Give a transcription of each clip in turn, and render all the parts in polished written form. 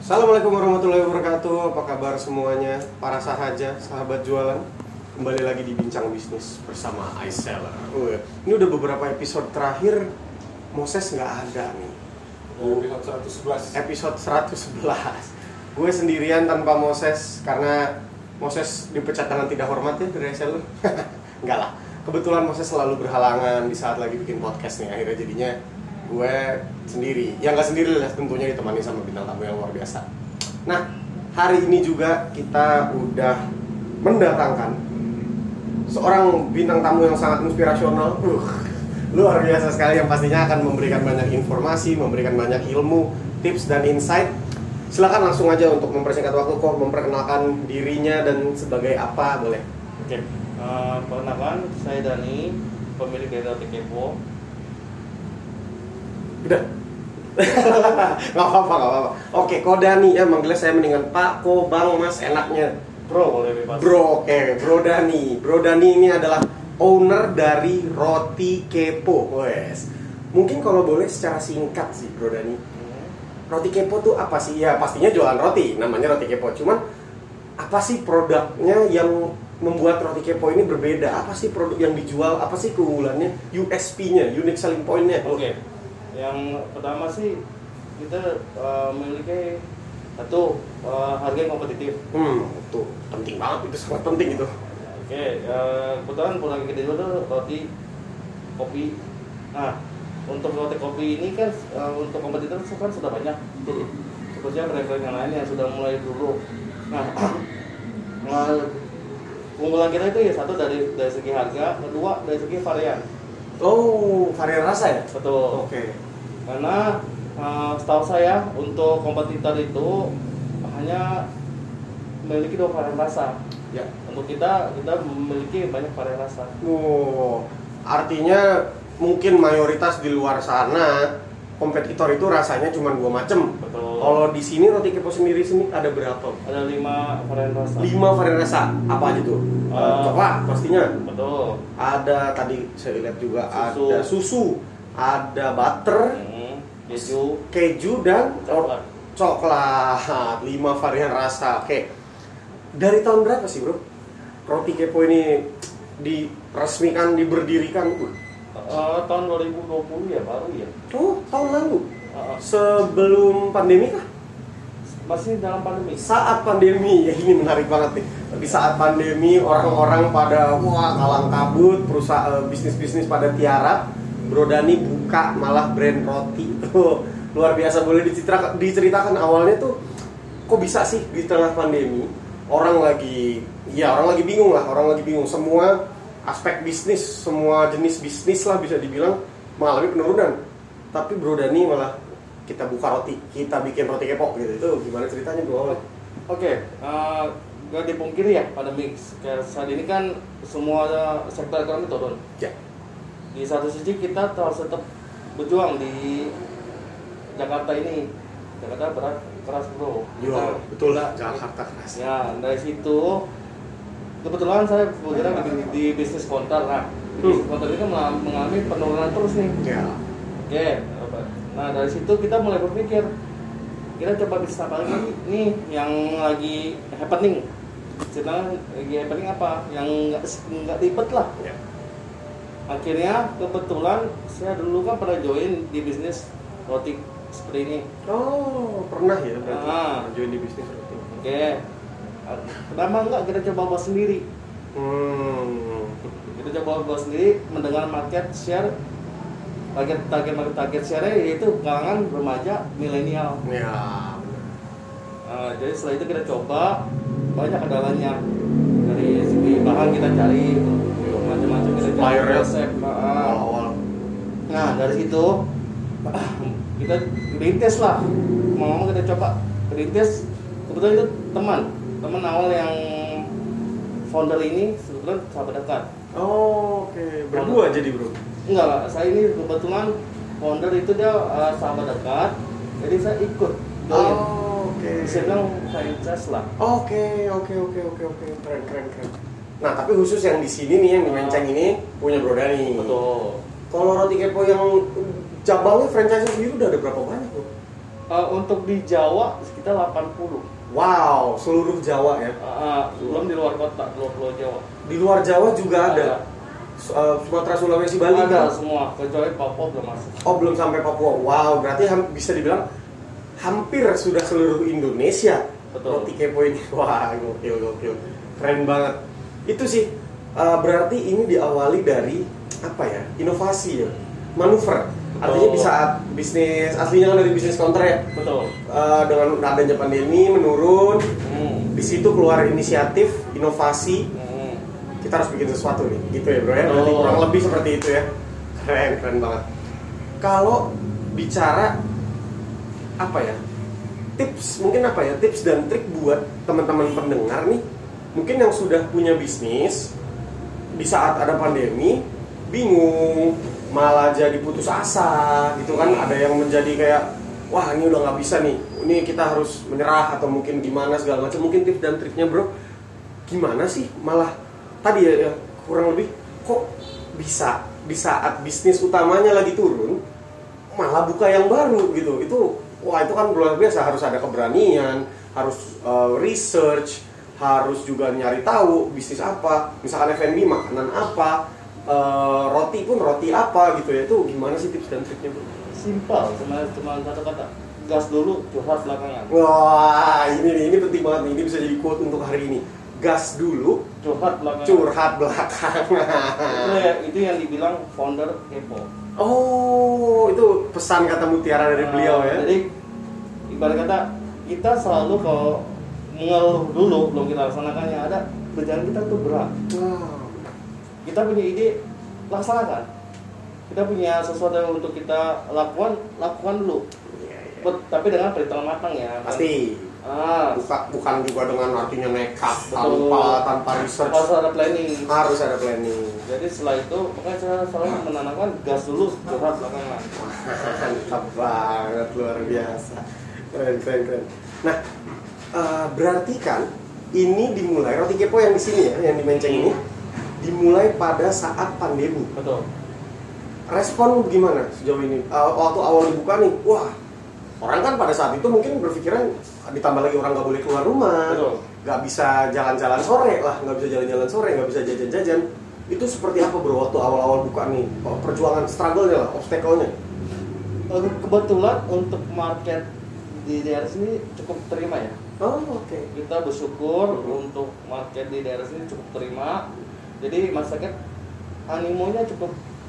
Assalamualaikum warahmatullahi wabarakatuh. Apa kabar semuanya? Para sahaja, sahabat jualan. Kembali lagi di Bincang Bisnis bersama iSeller. Ini udah beberapa episode terakhir Moses nggak ada nih. Episode 111. Gue sendirian tanpa Moses karena Moses dipecat dengan tidak hormat ya dari iSeller. Enggak lah. Kebetulan Moses selalu berhalangan di saat lagi bikin podcast nih. Akhirnya jadinya gue sendiri, yang gak sendiri lah tentunya ditemani sama bintang tamu yang luar biasa. Nah, hari ini juga kita udah mendatangkan seorang bintang tamu yang sangat inspirasional, luar biasa sekali, yang pastinya akan memberikan banyak informasi, memberikan banyak ilmu, tips dan insight. Silakan langsung aja untuk mempersingkat waktu kok, memperkenalkan dirinya dan sebagai apa boleh. Oke, perkenalkan saya Dani, pemilik dari Roti Kepo. Udah. Gak apa-apa. Oke, kok Dani ya, manggilnya saya mendingan Pak, Ko, Bang, Mas, enaknya Bro boleh bebas. Bro, oke, Bro Dani. Bro Dani ini adalah owner dari Roti Kepo. Wes. Mungkin kalau boleh secara singkat sih, Bro Dani. Roti Kepo tuh apa sih? Ya pastinya jualan roti, namanya Roti Kepo. Cuman apa sih produknya yang membuat Roti Kepo ini berbeda? Apa sih produk yang dijual? Apa sih keunggulannya? USP-nya, unique selling point-nya? Oke. Yang pertama sih kita memiliki satu harga yang kompetitif. Itu penting banget, itu sangat penting itu. Oke, kebetulan produk kita jual tuh roti kopi. Nah, untuk roti kopi ini kan untuk kompetitor kan sudah banyak. Sepertinya brand-brand yang lain yang sudah mulai dulu. Nah, keunggulan kita itu ya satu dari segi harga, kedua dari segi varian. Oh, varian rasa ya? Betul. Oke. Karena setahu saya untuk kompetitor itu hanya memiliki 2 varian rasa. Ya. Untuk kita memiliki banyak varian rasa. Oh, artinya mungkin mayoritas di luar sana kompetitor itu rasanya cuma 2 macam. Betul. Kalau di sini Roti Kepo sendiri sini ada berapa? Ada 5 varian rasa. 5 varian rasa. Apa aja tuh? Coklat pastinya. Betul. Ada tadi saya lihat juga Susu. ada susu, ada butter, keju dan coklat. 5 varian rasa. Oke. Dari tahun berapa sih, Bro? Roti Kepo ini diresmikan, diberdirikan? Tahun 2020 ya, baru ya. Oh, tahun lalu. Sebelum pandemi kah? Masih dalam pandemi. Saat pandemi, ya ini menarik banget nih. Tapi saat pandemi orang-orang pada kalang kabut, perusahaan bisnis-bisnis pada tiarap, Bro Dani buka malah brand roti. Tuh, luar biasa. Boleh diceritakan awalnya tuh kok bisa sih di tengah pandemi orang lagi bingung lah, semua aspek bisnis, semua jenis bisnis lah bisa dibilang mengalami penurunan. Tapi Bro Dani malah kita buka roti, kita bikin Roti Kepo gitu. Itu gimana ceritanya Bro? Oke, gak dipungkiri ya pandemi saat ini kan semua sektor ekonomi turun. Ya. Di satu sisi kita harus tetap berjuang di Jakarta ini. Jakarta berat keras bro. Iya, betul lah, Jakarta keras. Ya, dari situ kebetulan saya bergerak di bisnis konter. Nah, bisnis konter ini kan mengalami penurunan terus nih. Ya. Oke, nah dari situ kita mulai berpikir kita coba bisnis apa lagi nih yang lagi happening. Sekarang lagi happening apa? Yang nggak ribet lah. Ya. Akhirnya kebetulan saya dulu kan pernah join di bisnis roti seperti ini. Oh, pernah ya berarti join di bisnis roti. Oke. Kenapa enggak kita coba buat sendiri? Kita coba buat sendiri, mendengar market share, target share yaitu kalangan remaja milenial. Ya. Jadi setelah itu kita coba banyak kendalanya, dari segi bahan kita cari macam-macam, kita cari resep awal. Nah dari situ kita rintis lah, mau kita coba rintis. Kebetulan itu teman awal yang founder ini sebetulnya sahabat dekat. Oh, oke. Berdua jadi bro? Enggak lah, saya ini kebetulan founder itu dia sahabat dekat, jadi saya ikut join. Oke. Bisa bilang franchise lah. Oke. Keren. Nah, tapi khusus yang di sini nih, yang di Menceng ini punya Bro Dani. Betul. Kalau Roti Kepo yang cabangnya franchise sendiri udah ada berapa banyak bro? Untuk di Jawa sekitar 80. Wow, seluruh Jawa ya. Belum di luar kota, luar Jawa. Di luar Jawa juga ada. Sumatera, Sulawesi, Bali Ada kan? semua, kecuali Papua belum masuk. Oh, belum sampai Papua. Wow, berarti bisa dibilang hampir sudah seluruh Indonesia. Betul. Roti kepo ini. Wah, gokil. Keren banget. Itu sih berarti ini diawali dari apa ya? Inovasi ya. Manuver. Artinya di saat bisnis aslinya kan dari bisnis counter ya. Betul. Dengan adanya pandemi menurun, di situ keluar inisiatif, inovasi. Kita harus bikin sesuatu nih, gitu ya bro ya. Berarti kurang lebih seperti itu ya. Keren banget. Kalau bicara apa ya? Tips dan trik buat teman-teman pendengar nih, mungkin yang sudah punya bisnis di saat ada pandemi, bingung, malah jadi putus asa gitu kan. Ada yang menjadi kayak, wah ini udah nggak bisa nih, ini kita harus menyerah atau mungkin gimana segala macam. Mungkin tips dan triknya bro, gimana sih malah tadi ya kurang lebih kok bisa di saat bisnis utamanya lagi turun malah buka yang baru gitu. Itu wah, itu kan luar biasa. Harus ada keberanian, harus research, harus juga nyari tahu bisnis apa, misalkan F&B makanan apa, roti pun roti apa gitu ya. Itu gimana sih tips dan triknya bro? Simpel, cuma satu kata, gas dulu, curhat belakangan. Wah, ini penting banget nih. Ini bisa jadi quote untuk hari ini. Gas dulu, curhat belakangan. Itu yang dibilang founder kepo. Oh, itu pesan kata mutiara dari beliau ya. Jadi ibarat kata kita selalu kalau mengeluh dulu belum kita laksanakannya, ada kerjaan kita tuh berat. Wow. Kita punya ide, laksanakan. Kita punya sesuatu yang untuk kita lakukan dulu. Iya. Tapi dengan perhitungan matang ya. Pasti. Bukan juga dengan artinya nekat tanpa research. Harus ada planning. Jadi setelah itu makanya saya selalu menanamkan gas dulu, curhat belakangan. Mantap banget, luar biasa. Keren. Nah, berarti kan ini dimulai roti kepo yang di sini ya, yang di Menceng ini dimulai pada saat pandemi. Betul. Respon gimana sejauh ini? Waktu awal dibuka nih, wah, orang kan pada saat itu mungkin berpikiran ditambah lagi orang nggak boleh keluar rumah, nggak bisa jalan-jalan sore, nggak bisa jajan-jajan. Itu seperti apa bro waktu awal-awal buka nih? Perjuangan, struggle-nya lah, obstacle-nya. Kebetulan untuk market di daerah sini cukup terima ya. Oh, oke. Kita bersyukur untuk market di daerah sini cukup terima. Jadi masyarakat animonya cukup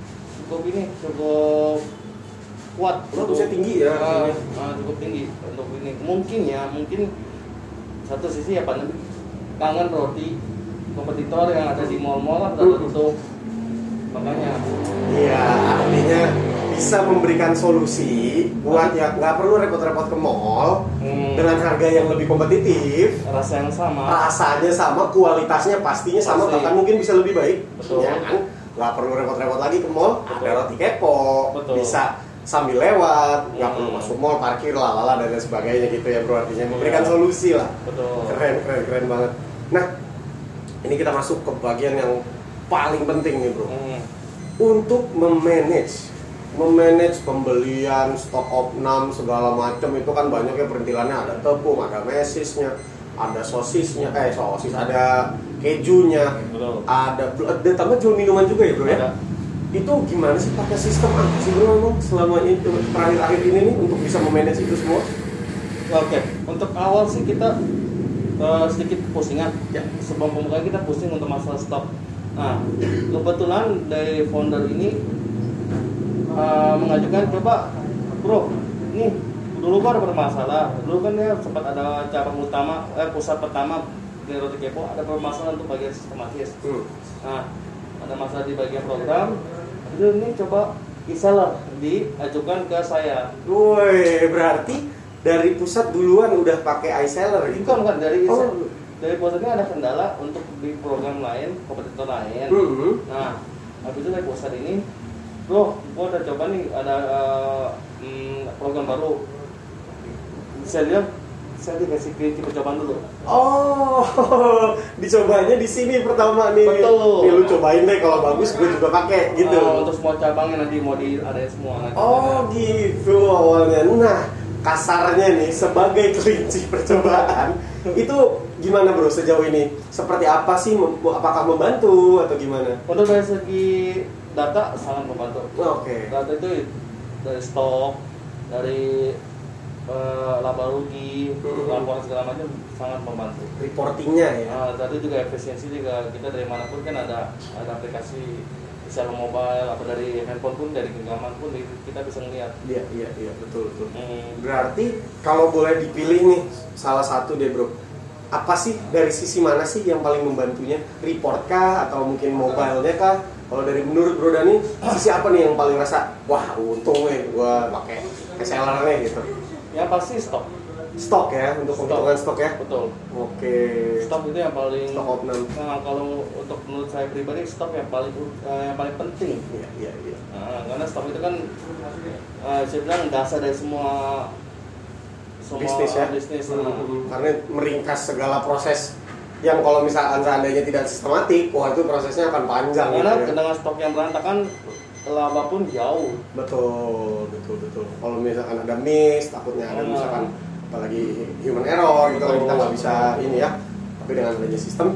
kuat. Bisa tinggi ya. Cukup tinggi untuk ini. Mungkin satu sisi ya pandemi kangen roti, kompetitor yang ada di mall-mall kan udah tutup. Makanya. Iya, artinya bisa memberikan solusi buat ya nggak perlu repot-repot ke mall dengan harga yang lebih kompetitif, rasanya sama, kualitasnya pastinya sama, bahkan mungkin bisa lebih baik. Betul. Ya kan? Nggak perlu repot-repot lagi ke mall, ada roti kepo. Betul. Bisa sambil lewat, nggak perlu masuk mall, parkir lalala dan lain sebagainya gitu ya bro. Artinya memberikan solusi lah. Betul. Keren banget. Nah, ini kita masuk ke bagian yang paling penting nih bro. Untuk memanage pembelian, stok opnam segala macam itu kan banyak ya perintilannya. Ada tepung, ada mesisnya, ada sosisnya, ada kejunya, ada tambah jual minuman juga ya bro ya. Itu gimana sih, pakai sistem apa sih bro memang selama ini terakhir ini nih untuk bisa memanage itu semua? Oke, untuk awal sih kita sedikit pusingan ya. Sebelum pembukaan kita pusing untuk masalah stok. Nah, kebetulan dari founder ini mengajukan, coba bro, nih dulu kan bermasalah. Dulu kan dia sempat ada cabang utama, pusat pertama di Roti Kepo ada permasalahan untuk bagian sistematis. Nah, ada masalah di bagian program. Itu ini coba reseller diajukan ke saya. Woi, berarti dari pusat duluan udah pakai reseller gitu? Bukan dari dari pusatnya ada kendala untuk di program lain, kompetitor lain. Nah, habis itu dari pusat ini, bro, gua udah coba nih ada program baru. Saya dikasih percobaan dulu. Oh, dicobanya di sini pertama nih. Betul. Nih lu cobain deh, kalau bagus gue juga pakai gitu. Untuk semua cabangnya nanti mau diadain semua. Oh gitu awalnya. Nah, kasarnya nih sebagai kelinci percobaan itu gimana bro sejauh ini? Seperti apa sih? Apakah membantu atau gimana? Untuk dari segi data sangat membantu. Oke. Data itu dari stok, dari laba rugi, laporan segala macam sangat membantu. Reportingnya ya. Tadi juga efisiensi juga kita dari manapun kan ada aplikasi secara mobile atau dari handphone pun, dari genggaman pun kita bisa melihat. Iya betul. Berarti kalau boleh dipilih nih salah satu deh bro, apa sih dari sisi mana sih yang paling membantunya? Report kah atau mungkin mobile-nya kah? Kalau dari menurut Bro Dani, sisi apa nih yang paling rasa wah untung nih gua pakai resellernya gitu? Yang pasti stok. Stok ya, untuk keuntungan stok ya? Betul. Oke. Stok itu yang paling. Stok opnam. Nah, kalau untuk menurut saya pribadi stok yang paling penting. Iya. Karena stok itu kan saya bilang dasar dari semua bisnis ya. Bisnis. Karena meringkas segala proses yang kalau misalkan seandainya tidak sistematik, wah itu prosesnya akan panjang. Karena gitu ya. dengan stok yang berantakan laba pun jauh. Betul. Kalau misalkan ada miss, takutnya ada misalkan apalagi human error gitu kan kita nggak bisa ini ya. Tapi dengan adanya sistem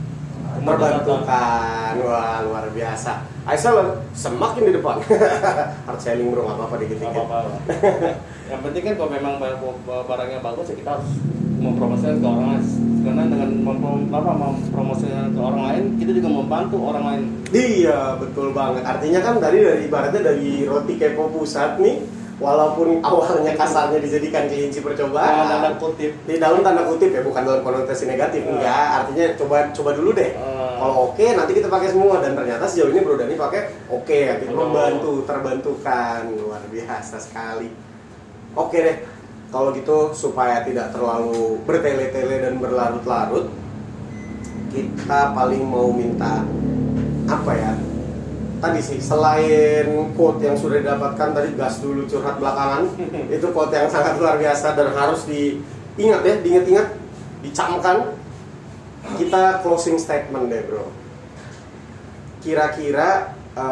membantukan, wah luar biasa. Aisyah semakin di depan. Hard selling bro, nggak apa-apa dikit-dikit. Yang penting kan kalau memang barangnya bagus ya kita harus mempromosikan ke orang lain. Karena dengan mempromosikan ke orang lain, kita juga membantu orang lain. Iya, betul banget. Artinya kan dari ibaratnya dari roti kepo pusat nih, walaupun awalnya kasarnya dijadikan kelinci percobaan. Di dalam tanda kutip ya, bukan dalam konotasi negatif. Enggak, artinya coba dulu deh. Kalau oke, nanti kita pakai semua. Dan ternyata sejauh ini Bro Dani pakai oke ya, kita terbantukan. Luar biasa sekali. Oke deh. Kalau gitu supaya tidak terlalu bertele-tele dan berlarut-larut, kita paling mau minta apa ya? Tadi sih selain quote yang sudah didapatkan tadi, gas dulu curhat belakangan, itu quote yang sangat luar biasa dan harus diingat ya, diingat-ingat, dicamkan. Kita closing statement deh bro. Kira-kira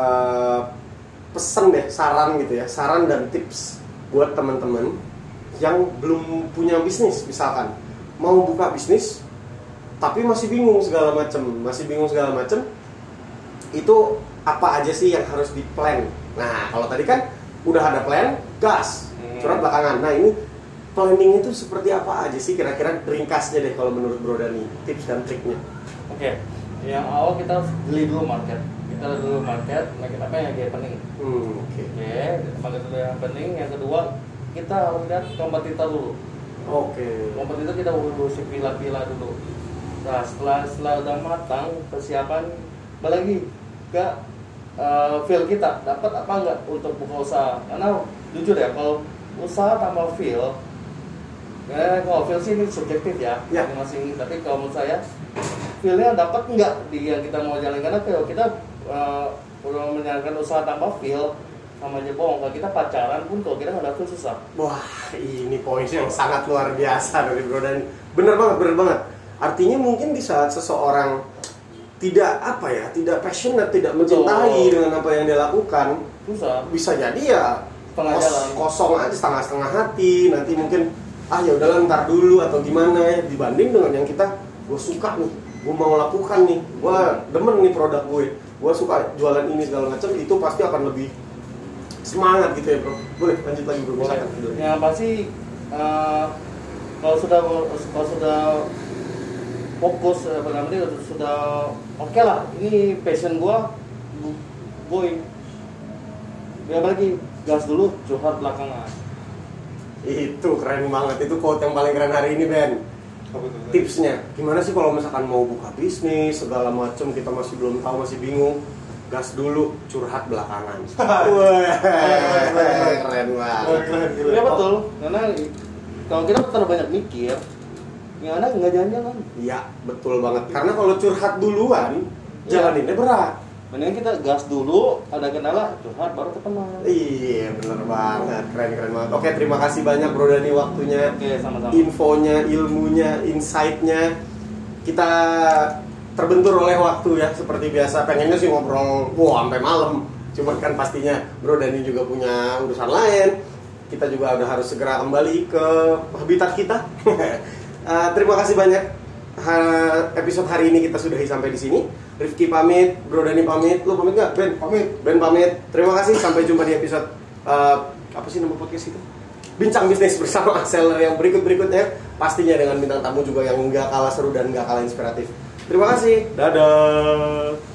pesen deh, saran gitu ya, saran dan tips buat teman-teman yang belum punya bisnis, misalkan mau buka bisnis tapi masih bingung segala macem, itu apa aja sih yang harus di-plan? Nah, kalau tadi kan udah ada plan, gas, curhat belakangan. Nah, ini planning itu seperti apa aja sih kira-kira, ringkasnya deh kalau menurut Bro Dani, tips dan triknya. Oke, yang awal kita harus beli dulu market. Market apa yang lagi happening. Market dulu yang happening. Yang kedua, kita harus lihat kompetitor dulu. Kompetitor kita harus pilih dulu. Nah, setelah udah matang persiapan, balik ke feel kita dapat apa enggak untuk buka usaha. Karena jujur ya, kalau usaha tanpa feel, kalau feel sih ini subjektif ya, masing-masing. Tapi kalau menurut saya, feelnya dapat enggak di yang kita mau jalan. Karena kalau kita udah menjalankan usaha tanpa feel, sama aja bohong. Kalau kita pacaran pun kalau kita nggak dapet susah. Wah, ini poin yang sangat luar biasa dari Bro Dani. Bener banget. Artinya mungkin di saat seseorang tidak passionate, tidak mencintai dengan apa yang dia lakukan, susah. Bisa jadi ya kosong aja, setengah hati. Nanti mungkin ya udahlah ntar dulu atau gimana ya, dibanding dengan yang kita gue suka nih, gue mau lakukan nih, gue demen nih produk gue suka jualan ini segala macam, itu pasti akan lebih semangat gitu ya bro. Boleh lanjut lagi bro. Yang pasti kalau sudah fokus sudah oke lah, ini passion gua, boy. Biar lagi gas dulu, curhat belakangan. Itu keren banget, itu quote yang paling keren hari ini Ben. Tipsnya gimana sih kalau misalkan mau buka bisnis segala macam, kita masih belum tahu, masih bingung, gas dulu, curhat belakangan. Wah, keren banget. Ya betul, karena kalau kita terlalu banyak mikir, yang ada nggak jalan-jalan. Iya, betul banget. Karena kalau curhat duluan, jalaninnya berat. Mendingan kita gas dulu, ada kendala, curhat baru ketemu. Iya, bener banget, keren banget. Oke, terima kasih banyak Bro Dani waktunya, sama-sama. Infonya, ilmunya, insight-nya. Kita terbentur oleh waktu ya, seperti biasa. Pengennya sih ngobrol sampai malam, cuman kan pastinya Bro Dani juga punya urusan lain. kita juga udah harus segera kembali ke habitat kita. Terima kasih banyak. Episode hari ini kita sudahi sampai di sini. Rifki pamit, Bro Dani pamit. Lu pamit nggak? Ben pamit. Terima kasih. Sampai jumpa di episode apa sih nama podcast itu? Bincang bisnis bersama seller yang berikutnya. Pastinya dengan bintang tamu juga yang nggak kalah seru dan nggak kalah inspiratif. Terima kasih. Dadah.